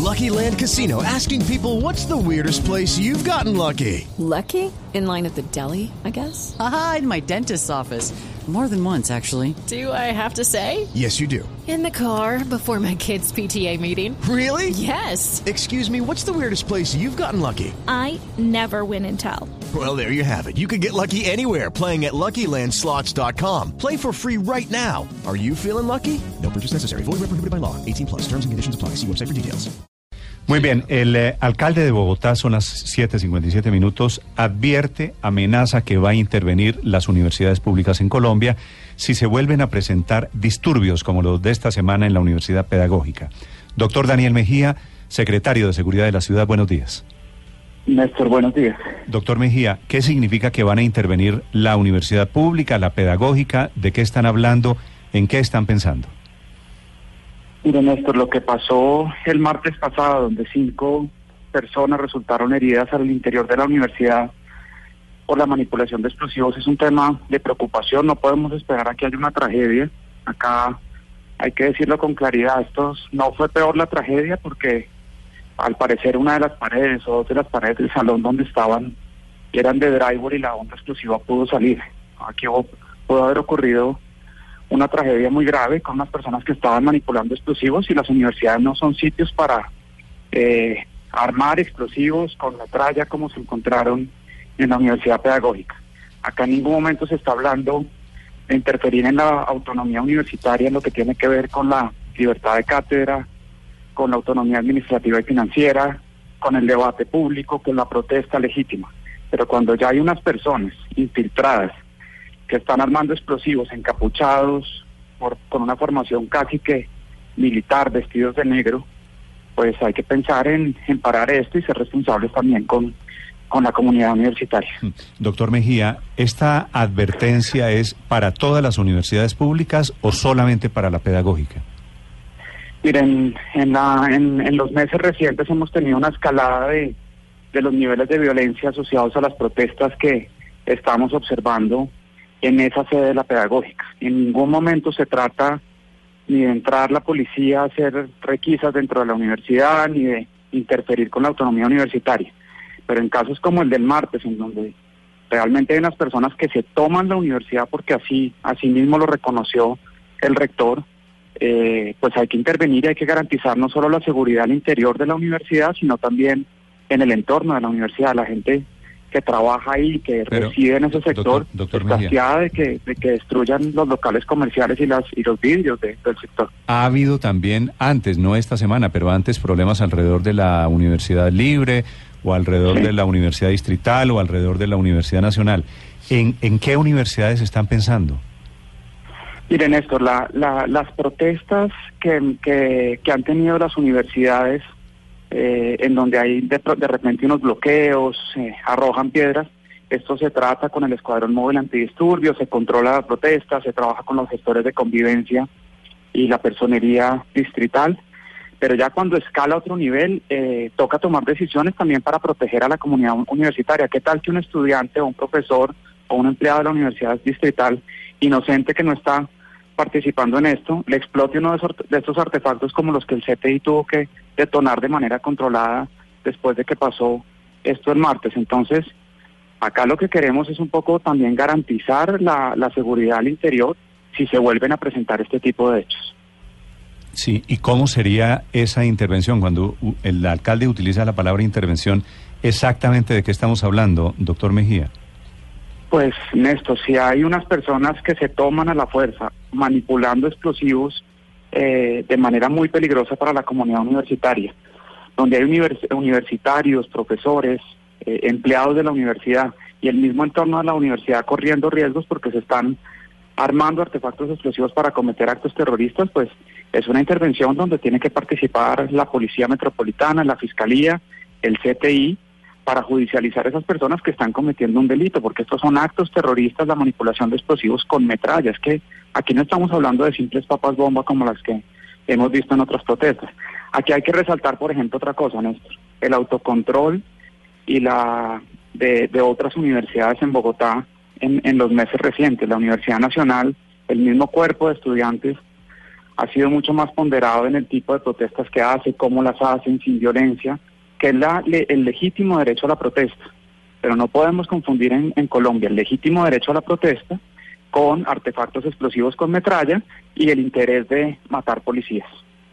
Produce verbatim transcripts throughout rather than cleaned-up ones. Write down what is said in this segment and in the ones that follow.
Lucky Land Casino, asking people, what's the weirdest place you've gotten lucky? Lucky? In line at the deli, I guess? Aha, in my dentist's office. More than once, actually. Do I have to say? Yes, you do. In the car before my kids' P T A meeting. Really? Yes. Excuse me, what's the weirdest place you've gotten lucky? I never win and tell. Well, there you have it. You can get lucky anywhere, playing at Lucky Land Slots dot com. Play for free right now. Are you feeling lucky? No purchase necessary. Void where prohibited by law. eighteen plus. Terms and conditions apply. See website for details. Muy bien, el eh, alcalde de Bogotá, son las siete cincuenta y siete minutos, advierte, amenaza que va a intervenir las universidades públicas en Colombia si se vuelven a presentar disturbios como los de esta semana en la Universidad Pedagógica. Doctor Daniel Mejía, secretario de Seguridad de la ciudad, buenos días. Néstor, buenos días. Doctor Mejía, ¿qué significa que van a intervenir la universidad pública, la pedagógica? ¿De qué están hablando? ¿En qué están pensando? Mire, Néstor, lo que pasó el martes pasado, donde cinco personas resultaron heridas al interior de la universidad por la manipulación de explosivos, es un tema de preocupación. No podemos esperar a que haya una tragedia. Acá hay que decirlo con claridad, esto no fue peor la tragedia porque al parecer una de las paredes o dos de las paredes del salón donde estaban eran de drywall y la bomba explosiva pudo salir. Aquí pudo haber ocurrido una tragedia muy grave con unas personas que estaban manipulando explosivos, y las universidades no son sitios para eh, armar explosivos con metralla como se encontraron en la Universidad Pedagógica. Acá en ningún momento se está hablando de interferir en la autonomía universitaria en lo que tiene que ver con la libertad de cátedra, con la autonomía administrativa y financiera, con el debate público, con la protesta legítima. Pero cuando ya hay unas personas infiltradas que están armando explosivos, encapuchados, por, con una formación casi que militar, vestidos de negro, pues hay que pensar en, en parar esto y ser responsables también con, con la comunidad universitaria. Doctor Mejía, ¿esta advertencia es para todas las universidades públicas o solamente para la pedagógica? Miren, en, la, en, en los meses recientes hemos tenido una escalada de, de los niveles de violencia asociados a las protestas que estamos observando en esa sede de la pedagógica. En ningún momento se trata ni de entrar la policía a hacer requisas dentro de la universidad, ni de interferir con la autonomía universitaria. Pero en casos como el del martes, en donde realmente hay unas personas que se toman la universidad porque así, así mismo lo reconoció el rector, eh, pues hay que intervenir y hay que garantizar no solo la seguridad al interior de la universidad, sino también en el entorno de la universidad. La gente que trabaja ahí, que Pero, reside en ese sector, está hastiada de que, de que destruyan los locales comerciales y las y los vidrios de, del sector. Ha habido también antes, no esta semana, pero antes problemas alrededor de la Universidad Libre o alrededor sí. de la Universidad Distrital o alrededor de la Universidad Nacional. ¿En, en qué universidades están pensando? Mire, Néstor, la, la, las protestas que, que, que han tenido las universidades, Eh, en donde hay de, de repente unos bloqueos, eh, arrojan piedras, esto se trata con el escuadrón móvil antidisturbios, se controla la protesta, se trabaja con los gestores de convivencia y la personería distrital, pero ya cuando escala a otro nivel, eh, toca tomar decisiones también para proteger a la comunidad universitaria. ¿Qué tal que un estudiante o un profesor o un empleado de la universidad distrital, inocente que no está participando en esto, le explote uno de estos artefactos como los que el C T I tuvo que detonar de manera controlada después de que pasó esto el martes? Entonces, acá lo que queremos es un poco también garantizar la, la seguridad al interior si se vuelven a presentar este tipo de hechos. Sí, ¿y cómo sería esa intervención? Cuando el alcalde utiliza la palabra intervención, ¿exactamente de qué estamos hablando, doctor Mejía? Pues, Néstor, si hay unas personas que se toman a la fuerza manipulando explosivos eh, de manera muy peligrosa para la comunidad universitaria, donde hay univers universitarios, profesores, eh, empleados de la universidad y el mismo entorno de la universidad corriendo riesgos porque se están armando artefactos explosivos para cometer actos terroristas, pues es una intervención donde tiene que participar la Policía Metropolitana, la Fiscalía, el C T I, para judicializar a esas personas que están cometiendo un delito, porque estos son actos terroristas, la manipulación de explosivos con metralla. Es que aquí no estamos hablando de simples papas bomba como las que hemos visto en otras protestas. Aquí hay que resaltar, por ejemplo, otra cosa, Néstor, el autocontrol y la de, de otras universidades en Bogotá en, en los meses recientes. La Universidad Nacional, el mismo cuerpo de estudiantes, ha sido mucho más ponderado en el tipo de protestas que hace, cómo las hacen sin violencia, que es la, le, el legítimo derecho a la protesta. Pero no podemos confundir en, en Colombia el legítimo derecho a la protesta con artefactos explosivos con metralla y el interés de matar policías.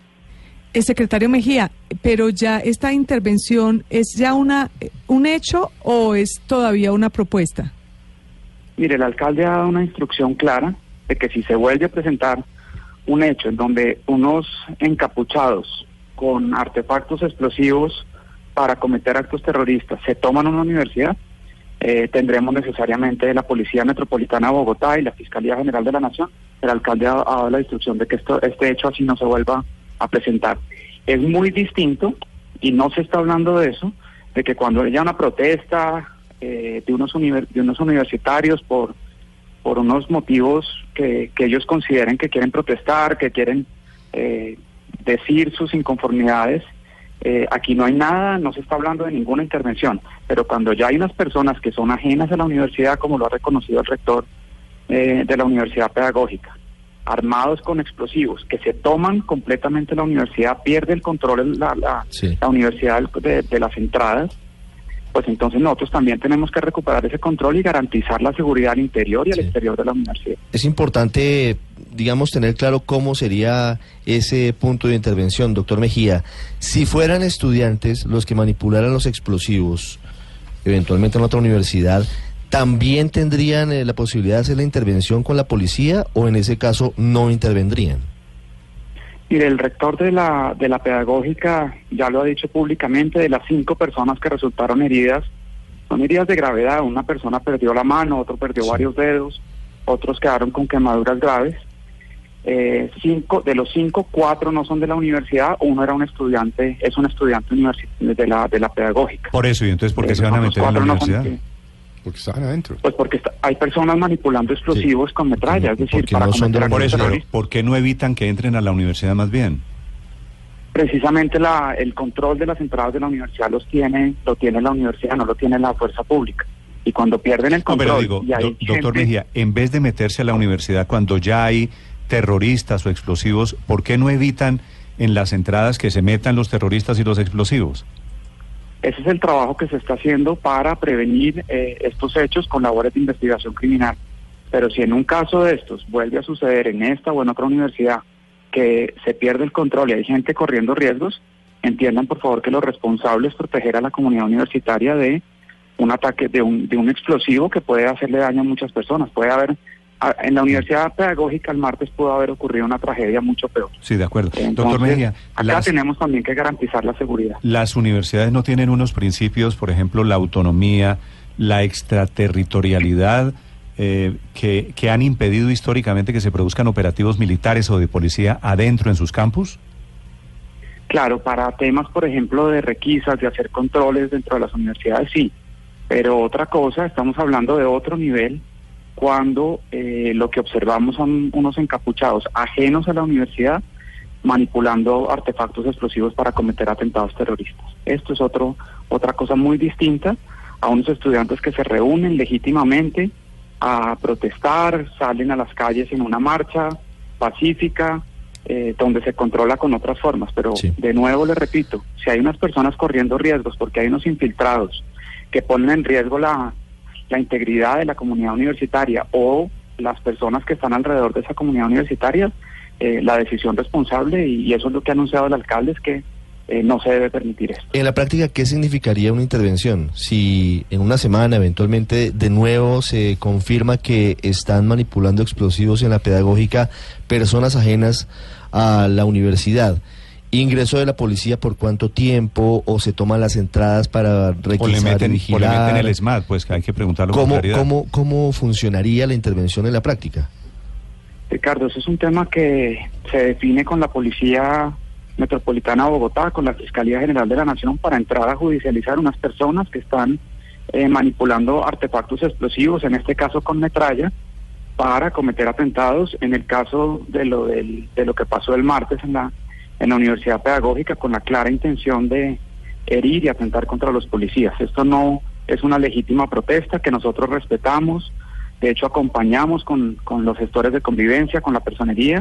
El secretario Mejía, pero ya esta intervención, ¿es ya una un hecho o es todavía una propuesta? Mire, el alcalde ha dado una instrucción clara de que si se vuelve a presentar un hecho en donde unos encapuchados con artefactos explosivos para cometer actos terroristas se toman una universidad, eh, tendremos necesariamente la Policía Metropolitana de Bogotá y la Fiscalía General de la Nación. El alcalde ha, ha dado la instrucción de que esto, este hecho así no se vuelva a presentar. Es muy distinto, y no se está hablando de eso, de que cuando haya una protesta eh, de unos univer- de unos universitarios por por unos motivos que, que ellos consideren que quieren protestar, que quieren eh, decir sus inconformidades, eh, aquí no hay nada, no se está hablando de ninguna intervención, pero cuando ya hay unas personas que son ajenas a la universidad, como lo ha reconocido el rector eh, de la Universidad Pedagógica, armados con explosivos, que se toman completamente la universidad, pierde el control la, la, sí. la universidad de, de las entradas, pues entonces nosotros también tenemos que recuperar ese control y garantizar la seguridad al interior y al sí. exterior de la universidad. Es importante, digamos, tener claro cómo sería ese punto de intervención, doctor Mejía. Si fueran estudiantes los que manipularan los explosivos, eventualmente en otra universidad, ¿también tendrían eh, la posibilidad de hacer la intervención con la policía o en ese caso no intervendrían? Mire, el rector de la de la pedagógica ya lo ha dicho públicamente, de las cinco personas que resultaron heridas, son heridas de gravedad. Una persona perdió la mano, otro perdió sí. varios dedos, otros quedaron con quemaduras graves. Eh, cinco de los cinco, cuatro no son de la universidad, uno era un estudiante, es un estudiante universi- de la de la pedagógica. Por eso, y entonces, ¿por qué eh, se van a meter en la no universidad? Son, Porque estaban adentro. Pues porque está, hay personas manipulando explosivos sí. con metralla, es decir, para no cometer actos Por eso, terroristas. ¿por qué no evitan que entren a la universidad más bien? Precisamente la, el control de las entradas de la universidad los tiene, lo tiene la universidad, no lo tiene la fuerza pública. Y cuando pierden el No, control... pero digo, y hay do, doctor gente... Mejía, en vez de meterse a la universidad cuando ya hay terroristas o explosivos, ¿por qué no evitan en las entradas que se metan los terroristas y los explosivos? Ese es el trabajo que se está haciendo para prevenir eh, estos hechos con labores de investigación criminal. Pero si en un caso de estos vuelve a suceder en esta o en otra universidad que se pierde el control y hay gente corriendo riesgos, entiendan por favor que lo responsable es proteger a la comunidad universitaria de un ataque, de un, de un explosivo que puede hacerle daño a muchas personas. Puede haber, a, en la Universidad Pedagógica el martes pudo haber ocurrido una tragedia mucho peor. Sí, de acuerdo. Entonces, doctor Mejía, acá las, tenemos también que garantizar la seguridad. las universidades no tienen unos principios, por ejemplo, la autonomía, la extraterritorialidad, eh, que, que han impedido históricamente que se produzcan operativos militares o de policía adentro en sus campus. Claro, para temas, por ejemplo, de requisas, de hacer controles dentro de las universidades, sí. Pero otra cosa, estamos hablando de otro nivel, cuando eh, lo que observamos son unos encapuchados ajenos a la universidad manipulando artefactos explosivos para cometer atentados terroristas. Esto es otro otra cosa muy distinta a unos estudiantes que se reúnen legítimamente a protestar, salen a las calles en una marcha pacífica, eh, donde se controla con otras formas. Pero sí. de nuevo le repito, si hay unas personas corriendo riesgos porque hay unos infiltrados que ponen en riesgo la, la integridad de la comunidad universitaria o las personas que están alrededor de esa comunidad universitaria, eh, la decisión responsable, y, y eso es lo que ha anunciado el alcalde, es que eh, no se debe permitir esto. En la práctica, ¿qué significaría una intervención? Si en una semana eventualmente de nuevo se confirma que están manipulando explosivos en la pedagógica personas ajenas a la universidad, ¿ingreso de la policía por cuánto tiempo, o se toman las entradas para requisar, o le meten, vigilar? O le meten el S M A T, pues que hay que preguntarlo con ¿Cómo, claridad. ¿cómo, ¿Cómo funcionaría la intervención en la práctica? Ricardo, eso es un tema que se define con la Policía Metropolitana de Bogotá, con la Fiscalía General de la Nación, para entrar a judicializar unas personas que están eh, manipulando artefactos explosivos, en este caso con metralla, para cometer atentados. En el caso de lo del, de lo que pasó el martes en la en la Universidad Pedagógica, con la clara intención de herir y atentar contra los policías. Esto no es una legítima protesta que nosotros respetamos, de hecho acompañamos con, con los gestores de convivencia, con la personería,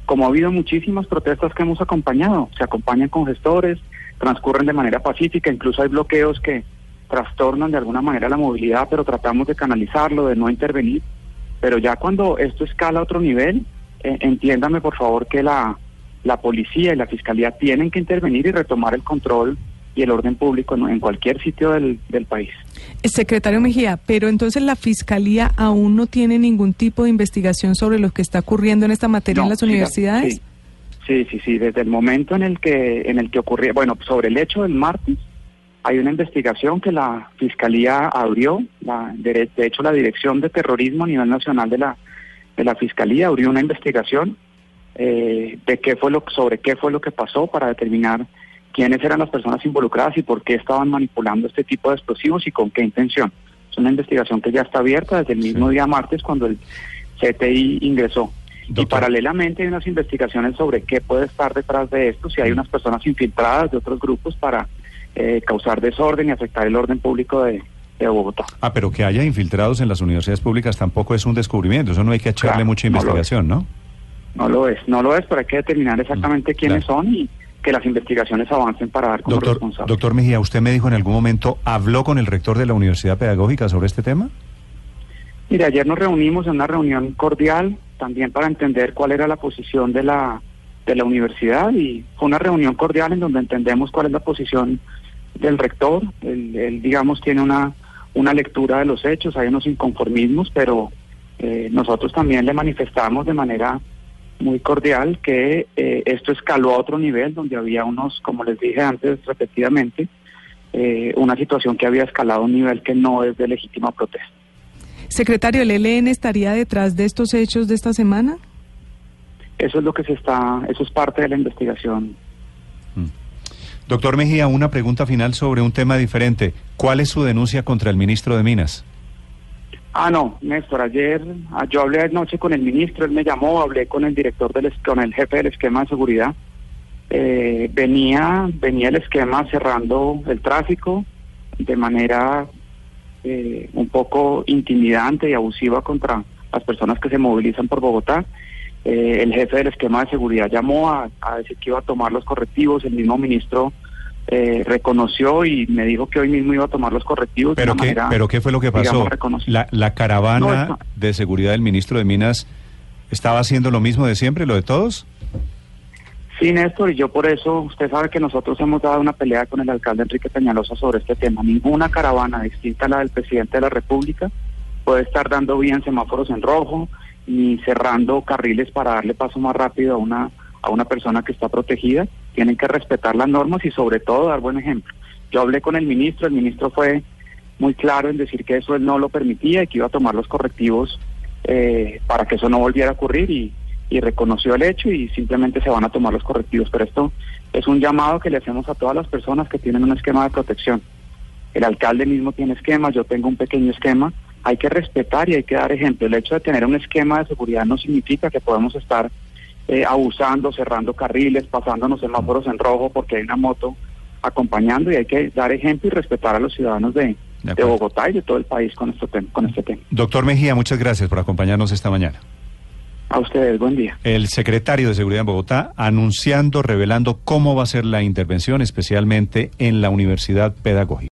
como ha habido muchísimas protestas que hemos acompañado, se acompañan con gestores, transcurren de manera pacífica, incluso hay bloqueos que trastornan de alguna manera la movilidad, pero tratamos de canalizarlo, de no intervenir. Pero ya cuando esto escala a otro nivel, eh, entiéndame por favor que la, la policía y la fiscalía tienen que intervenir y retomar el control y el orden público en, en cualquier sitio del, del país. Secretario Mejía, pero entonces la Fiscalía aún no tiene ningún tipo de investigación sobre lo que está ocurriendo en esta materia No, en las sí, universidades. Sí, sí, sí, sí, desde el momento en el que en el que ocurrió, bueno, sobre el hecho del martes, hay una investigación que la Fiscalía abrió, la, de, de hecho la Dirección de Terrorismo a nivel nacional de la de la Fiscalía abrió una investigación eh, de qué fue lo sobre qué fue lo que pasó para determinar quiénes eran las personas involucradas y por qué estaban manipulando este tipo de explosivos y con qué intención. Es una investigación que ya está abierta desde el mismo sí. día martes cuando el C T I ingresó. Doctor. Y paralelamente hay unas investigaciones sobre qué puede estar detrás de esto, si hay unas personas infiltradas de otros grupos para eh, causar desorden y afectar el orden público de, de Bogotá. Ah, pero que haya infiltrados en las universidades públicas tampoco es un descubrimiento, eso no hay que echarle claro, mucha investigación, ¿no? No lo es, no lo es, pero hay que determinar exactamente mm, quiénes claro. son y que las investigaciones avancen para dar como doctor, responsables. Doctor Mejía, usted me dijo en algún momento, ¿habló con el rector de la Universidad Pedagógica sobre este tema? Mire, ayer nos reunimos en una reunión cordial, también para entender cuál era la posición de la de la universidad, y fue una reunión cordial en donde entendemos cuál es la posición del rector. Él, él digamos, tiene una, una lectura de los hechos, hay unos inconformismos, pero eh, nosotros también le manifestamos de manera muy cordial que eh, esto escaló a otro nivel, donde había unos, como les dije antes repetidamente, eh, una situación que había escalado a un nivel que no es de legítima protesta. Secretario, ¿el E L N estaría detrás de estos hechos de esta semana? Eso es lo que se está, eso es parte de la investigación. Mm. Doctor Mejía, una pregunta final sobre un tema diferente. ¿Cuál es su denuncia contra el ministro de Minas? Ah, no, Néstor, ayer yo hablé anoche con el ministro, él me llamó, hablé con el director, del con el jefe del esquema de seguridad. Eh, venía, venía el esquema cerrando el tráfico de manera eh, un poco intimidante y abusiva contra las personas que se movilizan por Bogotá. Eh, el jefe del esquema de seguridad llamó a, a decir que iba a tomar los correctivos, el mismo ministro Eh, reconoció y me dijo que hoy mismo iba a tomar los correctivos. ¿Pero, de qué, manera, ¿pero qué fue lo que pasó? Digamos, ¿La, la caravana no, de seguridad del ministro de Minas estaba haciendo lo mismo de siempre, lo de todos? Sí, Néstor, y yo por eso, usted sabe que nosotros hemos dado una pelea con el alcalde Enrique Peñalosa sobre este tema. Ninguna caravana distinta a la del presidente de la República puede estar dando vía en semáforos en rojo ni cerrando carriles para darle paso más rápido a una a una persona que está protegida. Tienen que respetar las normas y sobre todo dar buen ejemplo. Yo hablé con el ministro, el ministro fue muy claro en decir que eso él no lo permitía y que iba a tomar los correctivos eh, para que eso no volviera a ocurrir, y, y reconoció el hecho y simplemente se van a tomar los correctivos. Pero esto es un llamado que le hacemos a todas las personas que tienen un esquema de protección. El alcalde mismo tiene esquemas, yo tengo un pequeño esquema, hay que respetar y hay que dar ejemplo. El hecho de tener un esquema de seguridad no significa que podamos estar Eh, abusando, cerrando carriles, pasándonos semáforos en rojo porque hay una moto acompañando, y hay que dar ejemplo y respetar a los ciudadanos de, de, de Bogotá y de todo el país con este tema, con este tema. Doctor Mejía, muchas gracias por acompañarnos esta mañana. A ustedes, buen día. El secretario de Seguridad en Bogotá anunciando, revelando cómo va a ser la intervención, especialmente en la Universidad Pedagógica.